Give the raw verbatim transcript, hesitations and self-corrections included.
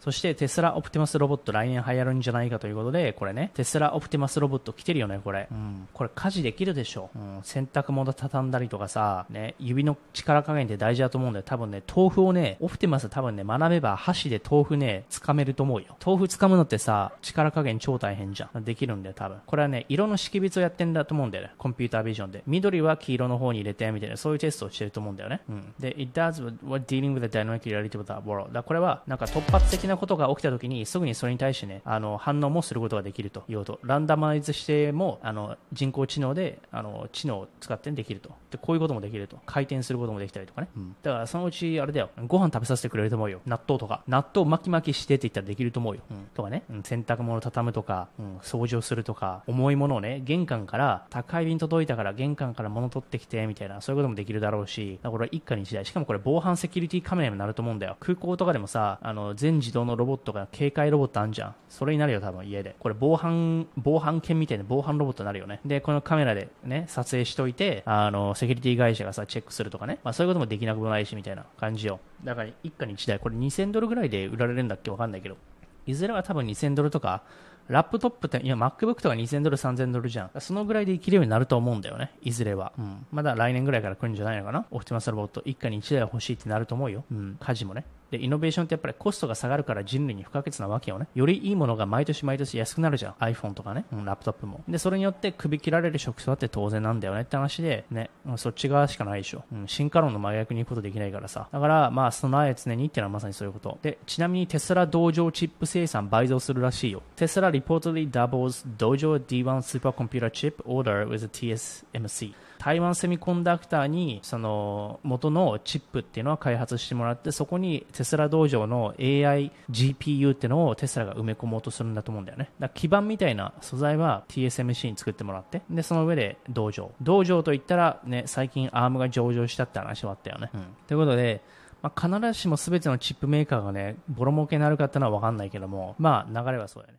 そしてテスラオプティマスロボット来年流行るんじゃないかということで、これね、テスラオプティマスロボット来てるよね、これ。うん、これ家事できるでしょ。うん、洗濯物畳んだりとかさ、ね、指の力加減って大事だと思うんだよ。多分ね、豆腐をね、オプティマス多分ね、学べば箸で豆腐ね、掴めると思うよ。豆腐掴むのってさ、力加減超大変じゃん。できるんだよ、多分。これはね、色の識別をやってんだと思うんだよね。コンピュータービジョンで。緑は黄色の方に入れて、みたいな、そういうテストをしてると思うんだよね。うん。で、it does what dealing with the dynamic reality of the world。だこれは、なんか突発的なことが起きた時に、すぐにそれに対してね、あの、反応もすることができるということ。ランダマイズしても、あの、人工知能で、あの、知能を使ってできると。で、こういうこともできると。回転することもできたりとかね。うん。だから、そのうち、あれだよ、ご飯食べさせてくれると思うよ。納豆とか。納豆巻き巻きしてって言ったらできると思うよ。うん。とかね、うん、洗濯物畳むとか、うん、掃除をするとか、重いものをね、玄関から、宅配便届いたから玄関から物取ってきて、みたいな、そういうこともできるだろうし、これは一家に一台。しかもこれ防犯セキュリティカメラにもなると思うんだよ。空港とかでもさ、あの、全自動のロボットが、警戒ロボットあんじゃん。それになるよ、多分家で。これ防犯、防犯犬みたいな防犯ロボットになるよね。で、このカメラでね、撮影しといて、あの、セキュリティ会社がさ、チェックするとかね。まあそういうこともできなくもないし、みたいな感じよ。だから一家に一台、これにせんドルぐらいで売られるんだっけわかんないけど。いずれは多分にせんドルとか、ラップトップって、いや、MacBook とかにせんドル、さんぜんドルじゃん。そのぐらいで生きるようになると思うんだよね。いずれは。うん。まだ来年ぐらいから来るんじゃないのかな。オプティマスロボット。一家に一台欲しいってなると思うよ。うん。家事もね。で、イノベーションってやっぱりコストが下がるから人類に不可欠なわけよね。よりいいものが毎年毎年安くなるじゃん。iPhone とかね。うん、ラップトップも。で、それによって首切られる職種だって当然なんだよねって話で、ね。うん、そっち側しかないでしょ。うん。進化論の真逆に行くことできないからさ。だから、まあ、備え常にっていうのはまさにそういうこと。で、ちなみにテスラ同情チップ生産倍増するらしいよ。テスラ reportedly doubles Dojo ディーワン supercomputer chip order withティーエスエムシー。台湾セミコンダクターにその元のチップっていうのは開発してもらって、そこにテスラ道場の エーアイ ジーピーユー っていうのをテスラが埋め込もうとするんだと思うんだよね。だから基板みたいな素材は ティーエスエムシー に作ってもらって、でその上で道場道場といったらね、最近アームが上場したって話はあったよね。うん、ということで、まあ、必ずしも全てのチップメーカーがねボロ儲けになるかっていうのは分かんないけども、まあ流れはそうだよね。